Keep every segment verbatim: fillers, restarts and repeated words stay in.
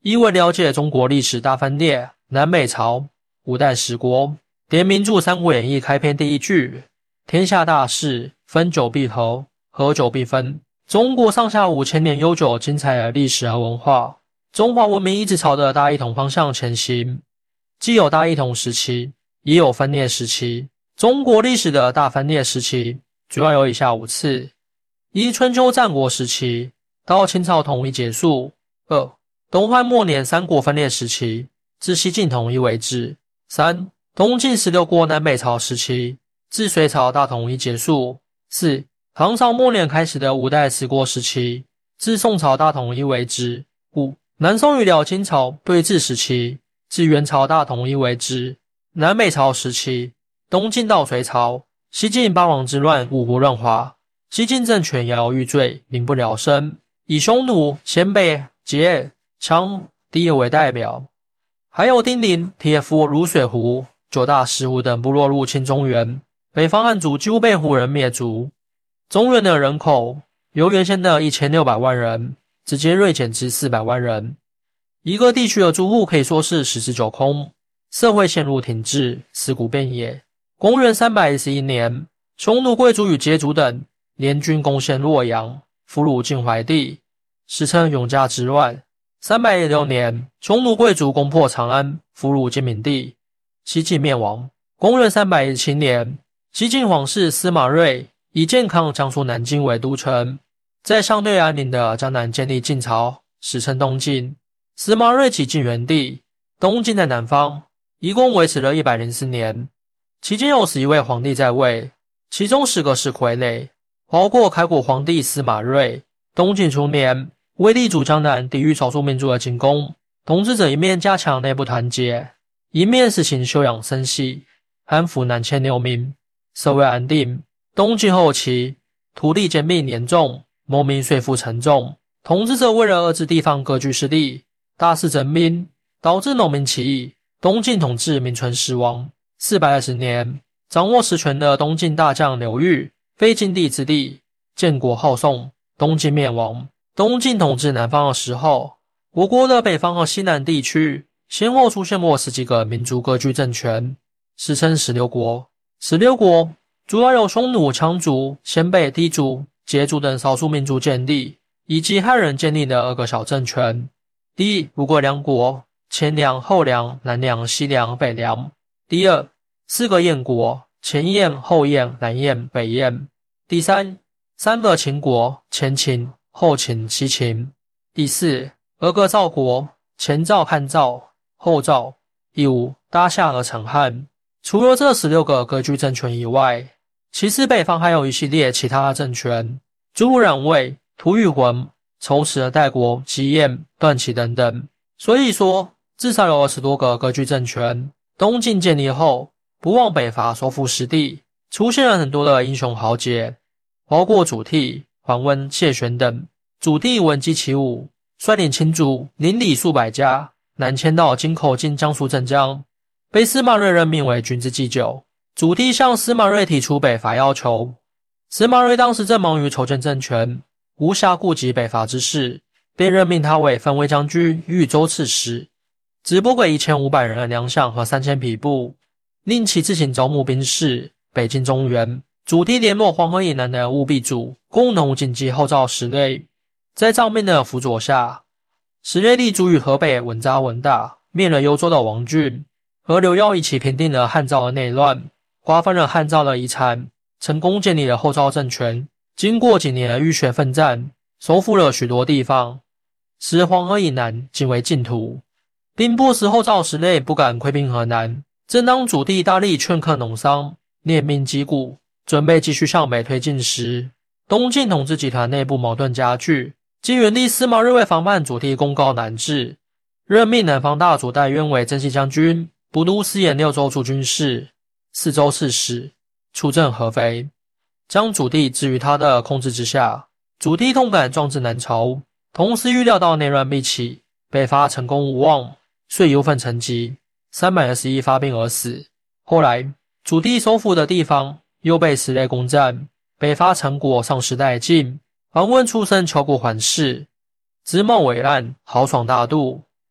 一为了解中国历史大分裂，南北朝、五代十国。连名著《三国演义》开篇第一句：天下大势，分久必合，合久必分。中国上下五千年悠久精彩的历史和文化，中华文明一直朝着大一统方向前行，既有大一统时期，也有分裂时期。中国历史的大分裂时期主要有以下五次：一、春秋战国时期到清朝统一结束；二、东汉末年三国分裂时期至西晋统一为止；三、东晋十六国南北朝时期至隋朝大统一结束；四、唐朝末年开始的五代十国时期至宋朝大统一为止；五、南宋与辽金朝对峙时期至元朝大统一为止；南北朝时期东晋到隋朝，西晋八王之乱，五胡乱华，西晋政权摇摇欲坠，民不聊生，以匈奴、鲜卑、羯、羌、氐为代表，还有丁零、铁夫、卤水胡、九大石胡等部落入侵中原，北方汉族几乎被胡人灭族。中原的人口由原先的一千六百万人直接锐减至四百万人，一个地区的住户可以说是十之九空，社会陷入停滞，尸骨遍野。公元三百一十一年，匈奴贵族与羯族等联军攻陷洛阳，俘虏晋怀帝，史称永嘉之乱。三百一十六年，匈奴贵族攻破长安，俘虏晋明帝，西晋灭亡。公元三百一十七年，西晋皇室司马睿以建康、江苏南京为都城，在相对安宁的江南建立晋朝，史称东晋。司马睿即晋元帝，东晋在南方，一共维持了一百零四年，期间有十一位皇帝在位，其中十个是傀儡，包括开国皇帝司马睿。东晋初年，为力主江南，抵御少数民族的进攻，统治者一面加强内部团结，一面实行休养生息，安抚南迁流民，社会安定。东晋后期，土地兼并严重，农民税负沉重，统治者为了遏制地方割据势力，大肆征兵，导致农民起义，东晋统治名存实亡。四百二十年，掌握实权的东晋大将刘裕废晋帝之地，建国号宋，东晋灭亡。东晋统治南方的时候，我国的北方和西南地区先后出现过十几个民族割据政权，史称十六国。十六国主要由匈奴、羌族、鲜卑、氐族、羯族等少数民族建立，以及汉人建立的二个小政权。第一，五国梁国，前梁、后梁、南梁、西梁、北梁。第二，四个燕国，前燕、后燕、南燕、北燕。第三，三个秦国，前秦、后秦、西秦。第四，二个赵国，前赵、汉赵、后赵。第五，大夏和陈汉。除了这十六个割据政权以外，其实北方还有一系列其他的政权，诸如冉魏、吐谷浑、仇齿的代国、西燕、段祺等等。所以说，至少有二十多个割据政权。东晋建立后，不忘北伐，收复失地，出现了很多的英雄豪杰，包括祖逖、桓温、谢玄等。祖逖闻鸡起舞，率领亲族邻里数百家，南迁到今口进江苏镇江，被司马睿任命为军之祭酒。祖逖向司马睿提出北伐要求，司马睿当时正忙于筹建政权，无暇顾及北伐之事，便任命他为范围将军、豫州刺史，只拨给一千五百人的粮饷和三千匹布，令其自行招募兵士，北进中原。祖逖联络黄河以南的务必主，共同紧急号召石勒。在赵命的辅佐下，石勒立足于河北稳扎稳打，灭了幽州的王浚，和刘耀一起平定了汉赵的内乱，瓜分了汉赵的遗产，成功建立了后赵政权。经过几年的浴血奋战，收复了许多地方，使黄河以南仅为净土，并迫使后赵石勒不敢溃并河南。正当祖逖大力劝克农商，练兵击鼓，准备继续向北推进时，东晋统治集团内部矛盾加剧。晋元帝司马睿为防范祖逖功高难治，任命南方大族戴渊为征西将军，不都司盐六州驻军事、四州刺史，出镇合肥，将祖逖置于他的控制之下。祖逖痛感壮志难酬，同时预料到内乱必起，北伐成功无望，遂忧愤成疾，三百二十一发病而死。后来祖逖收复的地方又被石勒攻占，北伐成果丧失殆尽。桓温出身求国桓氏，姿貌伟岸，豪爽大度，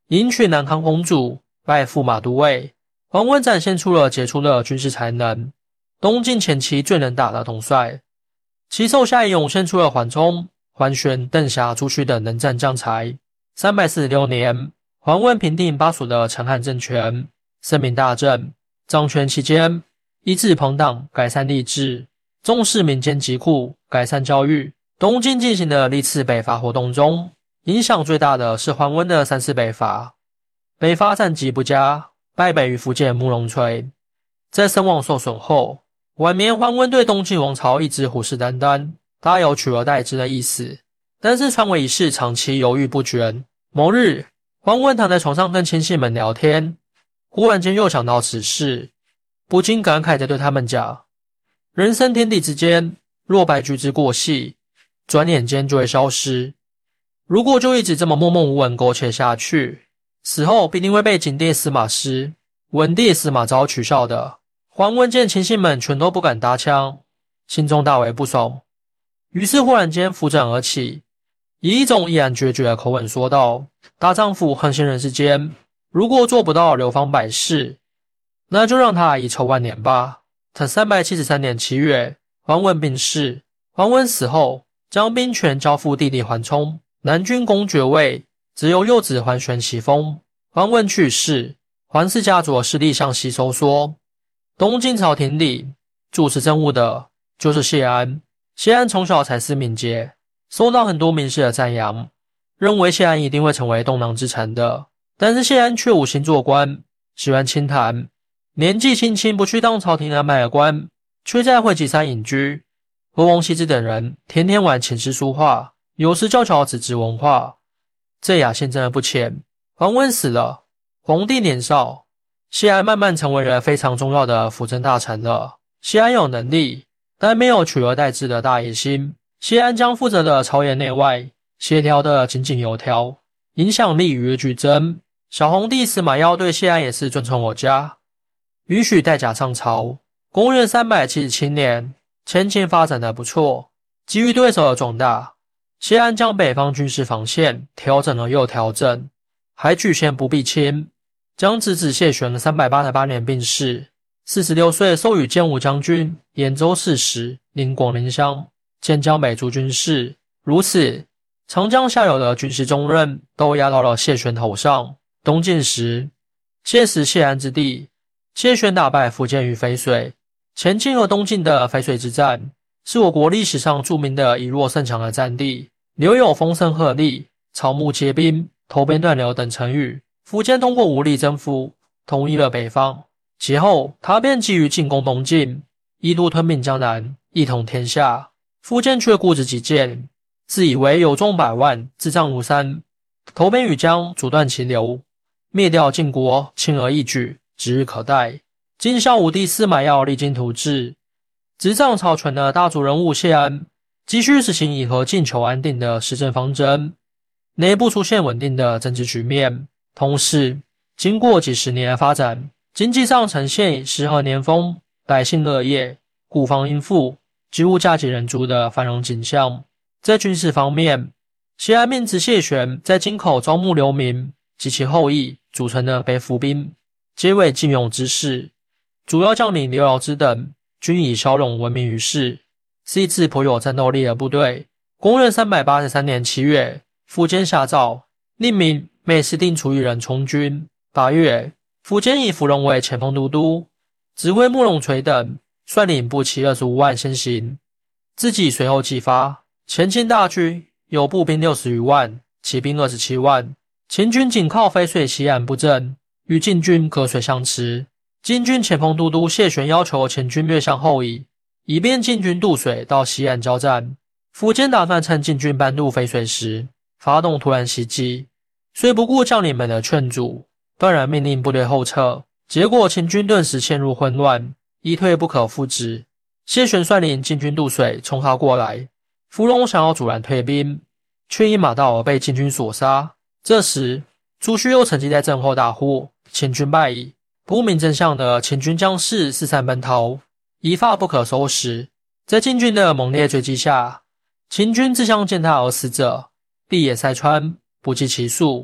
迎娶南康公主，拜驸马都尉。桓温展现出了杰出的军事才能，东晋前期最能打的统帅。其手下也涌现出了桓冲、桓玄、邓霞、朱须等能战将才。三百四十六年，桓温平定巴蜀的陈汉政权，声名大振。掌权期间，一致朋党，改善吏治，重视民间疾苦，改善教育。东晋进行的历次北伐活动中，影响最大的是桓温的三次北伐。北伐战绩不佳，败北于福建慕容垂。在声望受损后，晚年桓温对东晋王朝一直虎视眈眈，大有取而代之的意思。但是传位一事长期犹豫不决。某日，桓温躺在床上跟亲信们聊天，忽然间又想到此事，不禁感慨地对他们讲：人生天地之间，若白驹之过隙，转眼间就会消失。如果就一直这么默默无闻苟且下去，死后必定会被景帝司马师、文帝司马昭取笑的。桓温见亲信们全都不敢搭腔，心中大为不爽，于是忽然间扶枕而起，以一种毅然决绝的口吻说道：大丈夫横行人世间，如果做不到流芳百世，那就让他遗臭万年吧。他三百七十三年七月，桓温病逝。桓温死后，将兵权交付弟弟桓冲，南军公爵位，只有幼子桓玄袭封。桓温去世，桓氏家族的势力向西收缩。东晋朝廷里主持政务的就是谢安。谢安从小才思敏捷，受到很多名士的赞扬，认为谢安一定会成为东囊之臣的。但是谢安却无心做官，喜欢清谈，年纪轻轻不去当朝廷安排的官，却在会稽山隐居，和王羲之等人天天玩琴诗书画，有时教条纸质文化，这雅兴真的不浅。桓温死了，皇帝年少，谢安慢慢成为了非常重要的辅政大臣了。谢安有能力，但没有取而代之的大野心。谢安将负责的朝野内外协调的井井有条，影响力与日俱增。小皇帝司马曜对谢安也是尊崇有加，允许带甲上朝。公元三百七十七年，前秦发展的不错，基于对手的壮大，谢安将北方军事防线调整了又调整，还举献不避亲，将侄子谢玄三百八十八年病逝，四十六岁授予建武将军、兖州刺史、领广陵乡、兼江北诸军事。如此，长江下游的军事重任都压到了谢玄头上。东晋时，谢时谢安之地，谢玄打败苻坚于淝水。前晋和东晋的淝水之战，是我国历史上著名的以弱胜强的战地，留有风声鹤唳、草木皆兵、头边断流等成语。苻坚通过武力征服，统一了北方。其后，他便急于进攻东晋，一度吞并江南，一统天下。苻坚却固执己见，自以为有众百万，智障如山，投奔于江，阻断其流，灭掉晋国，轻而易举，指日可待。晋孝武帝司马曜励精图治，执掌朝权的大族人物谢安，继续实行以和晋求安定的施政方针，内部出现稳定的政治局面。同时，经过几十年的发展，经济上呈现时和年丰、百姓乐业、国防殷富、几乎家极人足的繁荣景象。在军事方面，谢安命之谢玄在京口招募流民及其后裔组成的北府兵，皆为劲勇之士，主要将领刘尧之等均以骁勇闻名于世，是一支颇有战斗力的部队。公元三百八十三年七月，苻坚下诏令明每司定处一人充军。八月，苻坚以芙蓉为前锋都督，指挥慕容垂等率领步骑二十五万先行，自己随后继发。前秦大军有步兵六十余万，骑兵二十七万。秦军紧靠淝水西岸布阵，与晋军隔水相持。晋军前锋都督谢玄要求前军略向后移，以便晋军渡水到西岸交战。苻坚打算趁晋军半渡淝水时，发动突然袭击，虽不顾将领们的劝阻，断然命令部队后撤。结果秦军顿时陷入混乱，一退不可复之。谢玄率领晋军渡水冲杀过来，芙蓉想要阻拦退兵，却因马到而被晋军所杀。这时，朱须又趁机在阵后大呼：秦军败矣！不明真相的秦军将士四散奔逃，一发不可收拾。在晋军的猛烈追击下，秦军自相践踏而死者，地也塞川，不计其数。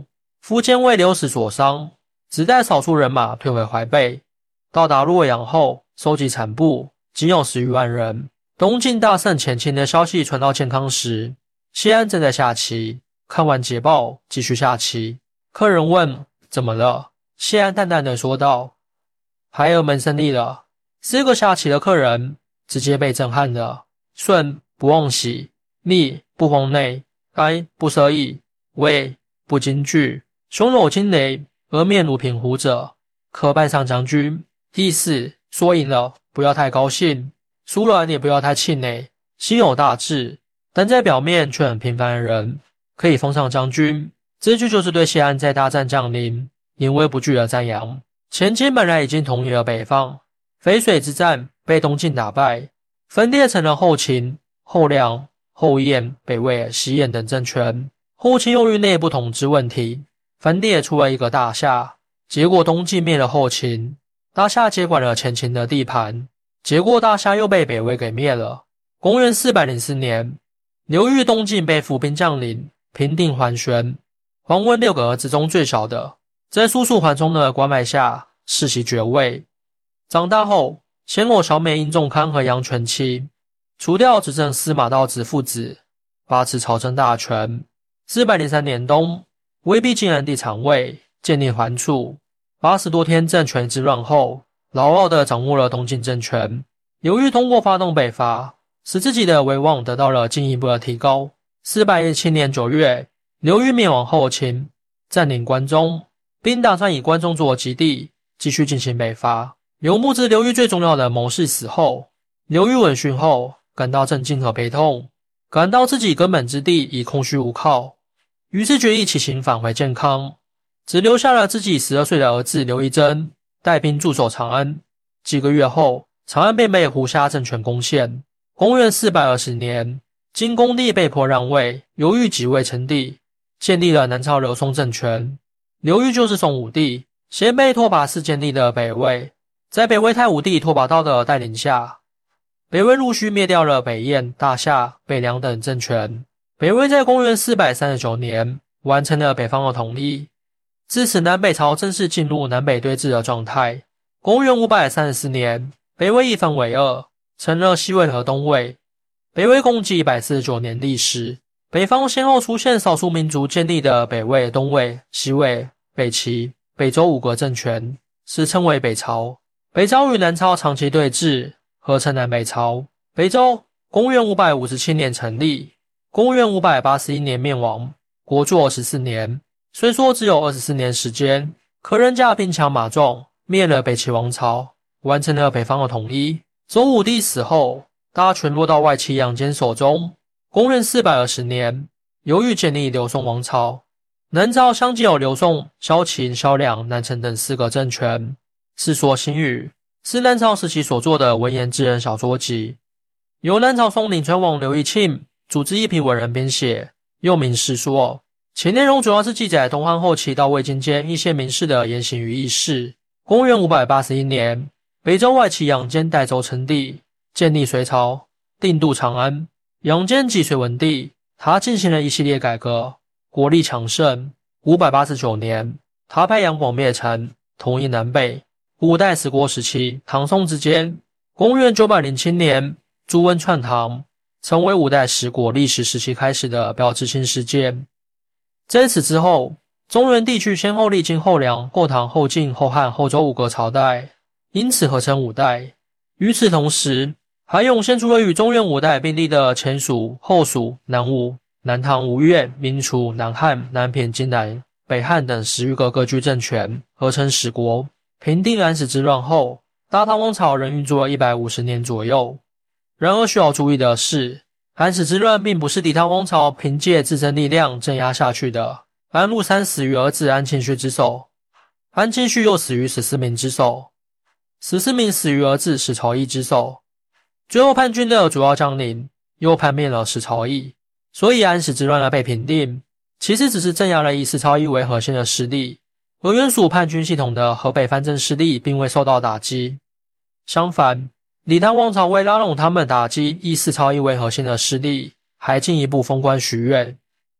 苻坚为流矢所伤，只带少数人马退回淮北。到达洛阳后，收集残部，仅有十余万人。东晋大胜前秦的消息传到健康时，谢安正在下棋，看完捷报，继续下棋。客人问怎么了，谢安淡淡的说道：孩儿们胜利了。四个下棋的客人直接被震撼了。顺不忘喜，逆不慌内，哀不奢意，畏不惊惧，胸有惊雷而面如平湖者，可拜上将军。意思说赢了不要太高兴，输了也不要太气馁，心有大志，但在表面却很平凡的人，可以封上将军。这句就是对谢安在大战降临临危不惧的赞扬。前秦本来已经统一了北方，淝水之战被东晋打败，分裂成了后秦、后梁、后燕、北魏、西燕等政权。后秦由于内部统治问题，分裂出了一个大夏，结果东晋灭了后秦，大夏接管了前秦的地盘，结果大夏又被北魏给灭了。公元四百零四年，刘裕东晋被伏兵将领平定桓玄，桓温六个儿子中最小的，在叔叔桓冲的关怀下世袭爵位。长大后，先后小美殷仲康和杨全期，除掉执政司马道子父子，把持朝政大权。四百零三年冬，威逼晋安帝禅位，建立桓楚。八十多天政权之乱后，牢牢地掌握了东晋政权。刘裕通过发动北伐，使自己的威望得到了进一步的提高。四百一十七年九月，刘裕灭亡后秦，占领关中，并打算以关中作基地，继续进行北伐。刘穆之刘裕最重要的谋士死后，刘裕闻讯后感到震惊和悲痛，感到自己根本之地已空虚无靠，于是决意起行返回建康，只留下了自己十二岁的儿子刘义珍带兵驻守长安。几个月后，长安便被胡夏政权攻陷。公元四百二十年，晋恭帝被迫让位，刘裕即位称帝，建立了南朝刘宋政权。刘裕就是宋武帝，先被拓跋氏建立的北魏，在北魏太武帝拓跋道的带领下，北魏陆续灭掉了北燕、大夏、北凉等政权。北魏在公元四百三十九年完成了北方的统一，自此南北朝正式进入南北对峙的状态。公元五百三十四年，北魏一分为二，成了西魏和东魏。北魏共计一百四十九年历史，北方先后出现少数民族建立的北魏、东魏、西魏、北齐、北周五个政权，史称为北朝。北朝与南朝长期对峙，合称南北朝。北周公元五百五十七年成立，公元五百八十一年灭亡，国祚二十四年。虽说只有二十四年时间，可人家兵强马壮，灭了北齐王朝，完成了北方的统一。周武帝死后，大权落到外戚杨坚手中。公元四百二十年，刘裕建立刘宋王朝。南朝相继有刘宋、萧秦、萧梁、南陈等四个政权。《世说新语》是南朝时期所作的文言志人小说集，由南朝宋领存王刘义庆组织一批文人编写，又名《世说》。其内容主要是记载东汉后期到魏晋间一些名士的言行与轶事。公元五百八十一年，北周外戚杨坚代周称帝，建立隋朝，定都长安。杨坚即隋文帝，他进行了一系列改革，国力强盛。五百八十九年，他派杨广灭陈，统一南北。五代十国时期，唐宋之间，公元九百零七年，朱温篡唐，成为五代十国历史时期开始的标志性事件。在此之后，中原地区先后历经后梁、后唐、后晋、后汉、后周五个朝代，因此合称五代。与此同时，还涌现出了与中原五代并立的前蜀、后蜀、南吴、南唐、吴越、明楚、南汉、南平、荆南、北汉等十余个割据政权，合称十国。平定安史之乱后，大唐王朝仍运作了一百五十年左右。然而需要注意的是，安史之乱并不是抵唐王朝凭借自身力量镇压下去的。安禄山死于儿子安庆绪之手，安庆绪又死于史思明之手，史思明死于儿子史朝义之手。最后叛军的主要将领又叛灭了史朝义，所以安史之乱的被平定，其实只是镇压了以史朝义为核心的势力，而原属叛军系统的河北藩镇势力并未受到打击。相反，李唐王朝为拉拢他们打击以史朝义为核心的势力，还进一步封官许愿，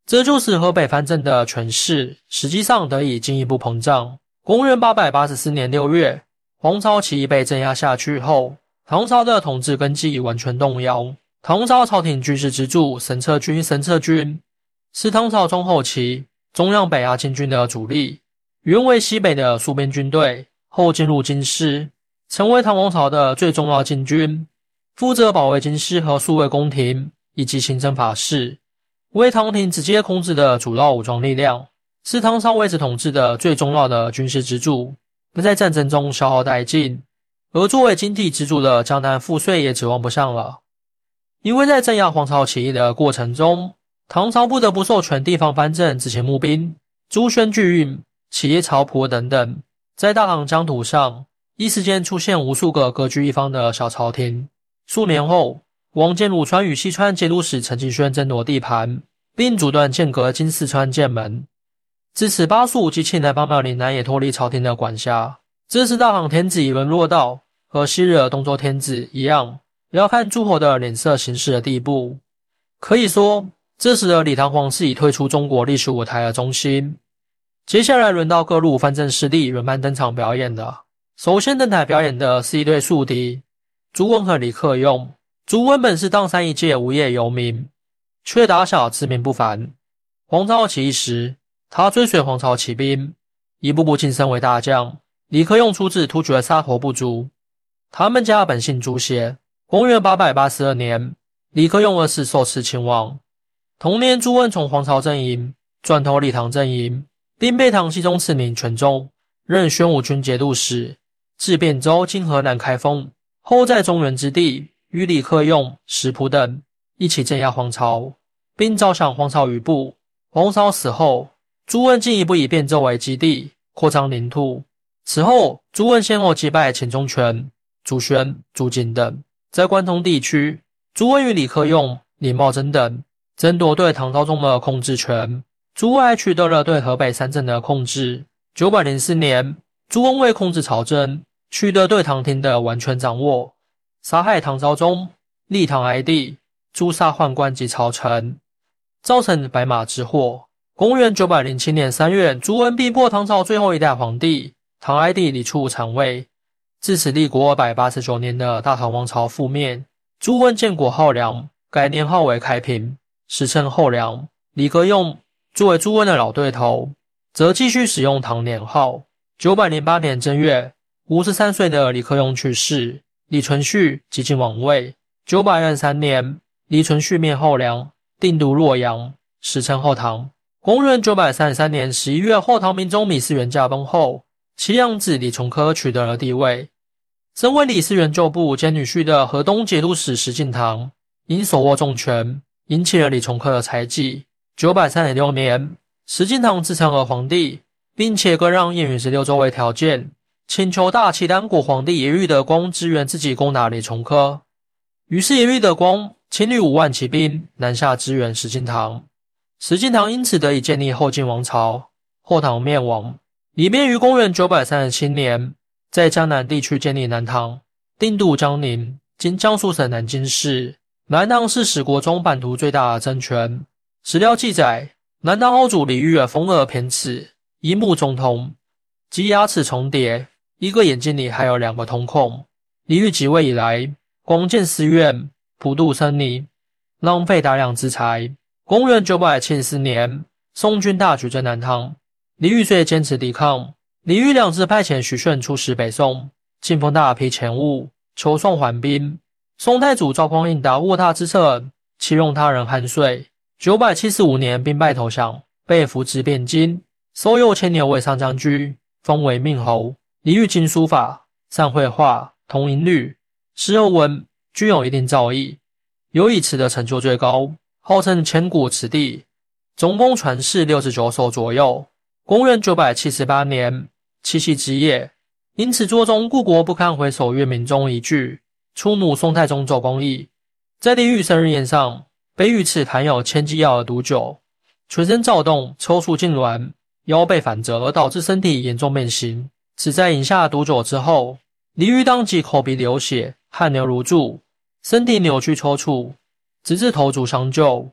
这就使河北藩镇的权势实际上得以进一步膨胀。公元八百八十四年六月，黄巢起义被镇压下去后，唐朝的统治根基完全动摇。唐朝朝廷军事支柱神策军神策军是唐朝中后期中央北亚进军的主力，原为西北的戍边军队，后进入京师，成为唐王朝的最重要禁军，负责保卫京师和数位宫廷以及行政法事，为唐廷直接控制的主要武装力量，是唐朝位置统治的最重要的军事支柱，在战争中消耗殆尽，而作为经济支柱的江南赋税也指望不上了。因为在镇压黄巢起义的过程中，唐朝不得不授权地方藩镇执行募兵、朱宣巨运、起义曹朴等等，在大唐疆土上一时间出现无数个各据一方的小朝廷。数年后，王翦、鲁川与西川节度使陈继轩争夺地盘，并阻断剑阁经四川剑门，自此巴蜀及其南方的岭南也脱离朝廷的管辖。这时大唐天子已沦落到和昔日的东周天子一样，要看诸侯的脸色行事的地步。可以说，这时的李唐皇室已退出中国历史舞台的中心。接下来轮到各路藩镇势力轮番登场表演了。首先登台表演的是一对宿敌，朱温和李克用。朱温本是砀山一介无业游民，却打小知名不凡。黄巢起义时，他追随黄巢起兵，一步步晋升为大将。李克用出自突厥沙陀部族，他们家本姓朱邪。公元八百八十二年，李克用二世受赐亲王。同年，朱温从黄巢阵营转投李唐阵营，并被唐僖宗赐名泉州，任宣武军节度使，至汴州（今河南开封）。后在中原之地与李克用、石普等一起镇压黄巢，并招降黄巢余部。黄巢死后，朱温进一步以汴州为基地，扩张领土。此后，朱温先后击败钱中权、朱宣、朱瑾等。在关中地区，朱温与李克用、李茂贞等争夺对唐高宗的控制权。朱温还取得了对河北三镇的控制。九百零四年，朱温为控制朝政，取得对唐廷的完全掌握，杀害唐昭宗，立唐哀帝，诛杀宦官及朝臣，造成白马之祸。公元九百零七年三月，朱温逼迫唐朝最后一代皇帝唐哀帝李处禅位，自此立国二百八十九年的大唐王朝覆灭。朱温建国号梁，改年号为开平，史称后梁。李克用作为朱温的老对头，则继续使用唐年号。九百零八年正月，五十三岁的李克用去世，李存勖即进王位。九百二十三年，李存勖灭后梁，定都洛阳，史称后唐。公元九百三十三年十一月，后唐明宗李嗣源驾崩后，其养子李从珂取得了帝位。身为李嗣源旧部兼女婿的河东节度使石敬瑭，因手握重权，引起了李从珂的猜忌。九百三十六年，石敬瑭自称了皇帝，并且割让燕云十六州为条件，请求大契丹国皇帝耶律德光支援自己攻打李从珂。于是耶律德光亲率五万骑兵南下支援石敬瑭。石敬瑭因此得以建立后晋王朝，后唐灭亡。李昪于公元九百三十七年在江南地区建立南唐，定都江宁，今江苏省南京市。南唐是史国中版图最大的政权。史料记载，南唐后主李煜的风额偏齿，一目中通，即牙齿重叠，一个眼睛里还有两个瞳孔。李煜即位以来，广建寺院，普渡僧尼，浪费大量资财。公元九百七十四年，宋军大举征南唐，李煜虽坚持抵抗，李煜两次派遣徐铉出使北宋，进奉大批钱物，求宋还兵。宋太祖赵匡胤达握他之策，欺用他人汉税。九百七十五年兵败投降，被扶植汴京，收右牵牛为上将军，封为命侯。李煜精书法，善绘画，通音律，诗和文均有一定造诣，尤以词的成就最高，号称千古词帝，总共传世六十九首左右。公元九百七十八年，七夕之夜，因此作中故国不堪回首月明中一句，触怒宋太宗周公义。在李煜生日宴上，北御赐含有千剂药的毒酒，全身躁动，抽搐痉挛，腰背反折，而导致身体严重变形。此在饮下毒酒之后，李煜当即口鼻流血，汗流如注，身体扭曲抽搐，直至头足相救。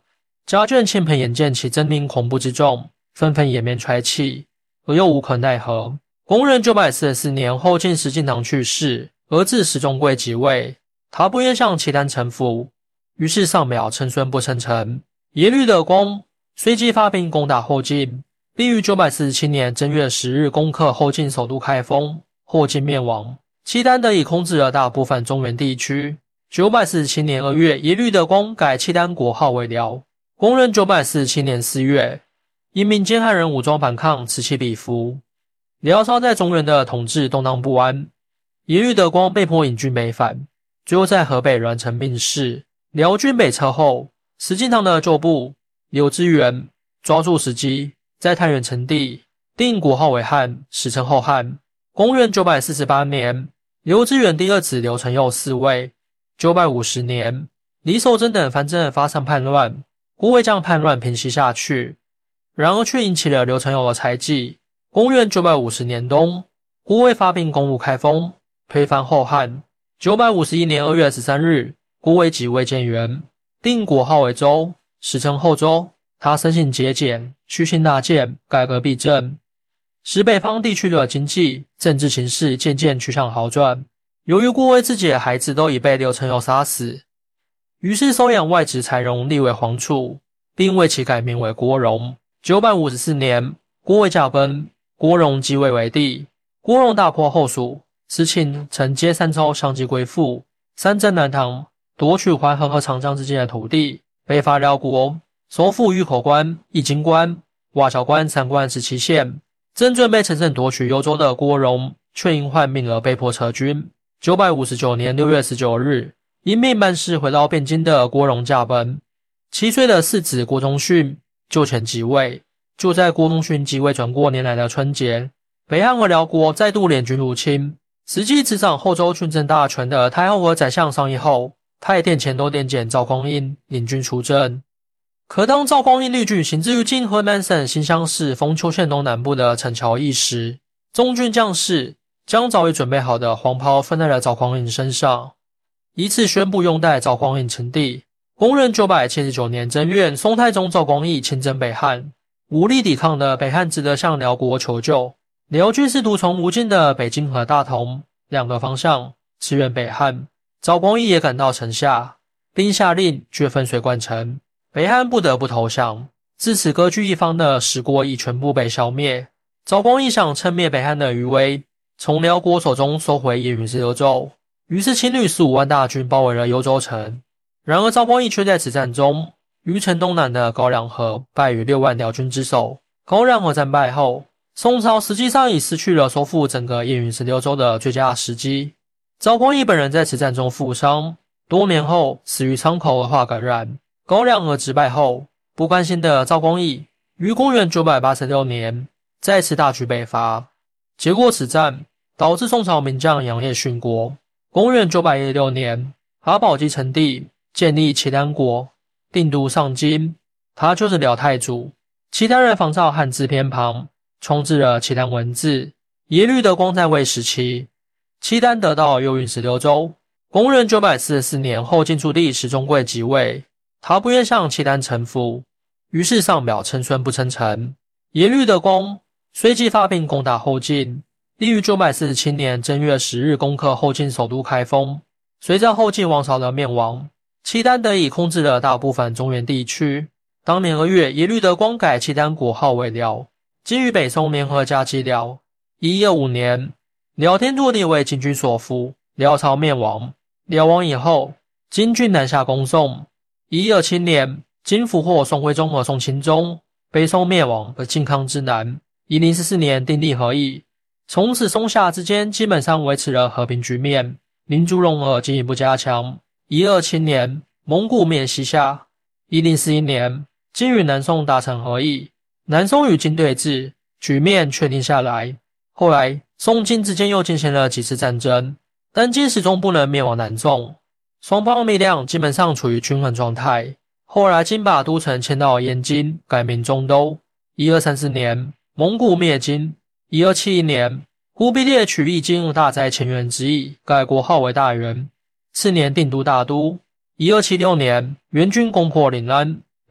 家眷亲朋眼见其狰狞恐怖之重，纷纷掩面揣泣，而又无可奈何。公元九百四十四年，后晋石敬瑭去世，儿子石重贵即位，他不愿向契丹臣服，于是上表称孙不称臣。耶律德光随即发兵攻打后晋，并于九百四十七年正月十日攻克后晋首都开封，后晋灭亡。契丹得以控制了大部分中原地区。九百四十七年二月，耶律德光改契丹国号为辽。公元九百四十七年四月，一名坚汉人武装反抗，此起彼伏。辽朝在中原的统治动荡不安，耶律德光被迫引军北返，最后在河北栾城病逝。辽军北撤后，石敬瑭的旧部刘知远抓住时机，在太原称帝，定国号为汉，史称后汉。公元九百四十八年，刘知远第二子刘承佑嗣位。九百五十年，李守贞等藩镇发生叛乱，郭威将叛乱平息下去，然而却引起了刘承佑的猜忌。公元九百五十年冬，郭威发兵攻入开封，推翻后汉。九百五十一年二月十三日，郭威即位建元，定国号为周，史称后周。他生性节俭，虚心纳谏，改革弊政，使北方地区的经济、政治形势渐渐趋向好转。由于郭威自己的孩子都已被刘承佑杀死，于是收养外侄柴荣立为皇储，并为其改名为郭荣。九百五十四年，郭威驾崩，郭荣即位为帝。郭荣大破后蜀，事情承接三州相继归附，三征南唐，夺取淮河和长江之间的土地，北伐辽国，收复峪口关、易京关、瓦桥关三关十七县。正准备乘胜夺取幽州的郭荣，却因患病而被迫撤军。九百五十九年六月十九日，因病办事回到汴京的郭荣驾崩，七岁的四子郭忠训就前即位。就在郭忠训即位转过年来的春节，北汉和辽国再度联军入侵。实际执掌后周军政大权的太后和宰相商议后，派殿前都殿检赵匡胤领军出征。可当赵匡胤率军行至于今河南省新乡市丰丘县东南部的陈桥驿时，中军将士将早已准备好的黄袍分在了赵匡胤身上，以此宣布拥戴赵匡胤称帝。公元九百七十九年正月，宋太宗赵光义亲征北汉，无力抵抗的北汉只得向辽国求救。辽军试图从吴境的北京和大同两个方向支援北汉，赵光义也赶到城下，并下令掘汾水灌城，北汉不得不投降。自此割据一方的十国已全部被消灭。赵光义想趁灭北汉的余威，从辽国手中收回燕云十六州，于是亲率十五万大军包围了幽州城。然而赵光义却在此战中于城东南的高梁河败于六万辽军之手。高梁河战败后，宋朝实际上已失去了收复整个燕云十六州的最佳时机。赵光义本人在此战中负伤，多年后死于伤口恶化感染。高梁河之败后，不甘心的赵光义于公元九百八十六年再次大举北伐，结果此战导致宋朝名将杨业殉国。公元九百一十六年，阿保机称帝，建立契丹国，定都上京，他就是辽太祖。契丹人仿照汉字偏旁，创制了契丹文字。耶律德光在位时期，契丹得到幽云十六州。公元九百四十四年，后晋出帝石重贵即位，他不愿向契丹臣服，于是上表称孙不称臣。耶律德光随即发兵攻打后晋，并于九百四十七年正月十日攻克后晋首都开封。随着后晋王朝的灭亡，契丹得以控制了大部分中原地区。当年二月，耶律德光改契丹国号为辽，今与北宋联合夹击辽。一一二五年，辽天祚帝为金军所俘，辽朝灭亡。辽亡以后，金军南下攻宋。一一二七年，金俘获宋徽宗和宋钦宗，北宋灭亡，而靖康之难。一零四四年订立和议，从此宋夏之间基本上维持了和平局面，民族融合进一步加强。一一二七年，蒙古灭西夏。一零四一年，金与南宋达成和议，南宋与金对峙，局面确定下来。后来宋金之间又进行了几次战争，但金始终不能灭亡南宋，双方力量基本上处于均衡状态。后来金把都城迁到燕京，改名中都。一二三四年，蒙古灭金。一二七一年，忽必烈取易经大斋乾元之意，改国号为大元。次年定都大都。一二七六年，元军攻破临安，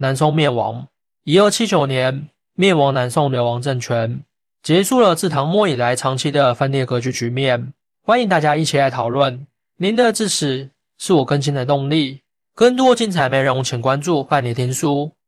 南宋灭亡。一二七九年，灭亡南宋流亡政权，结束了自唐末以来长期的分裂格局局面。欢迎大家一起来讨论，您的支持是我更新的动力。更多精彩内容请关注伴你听书。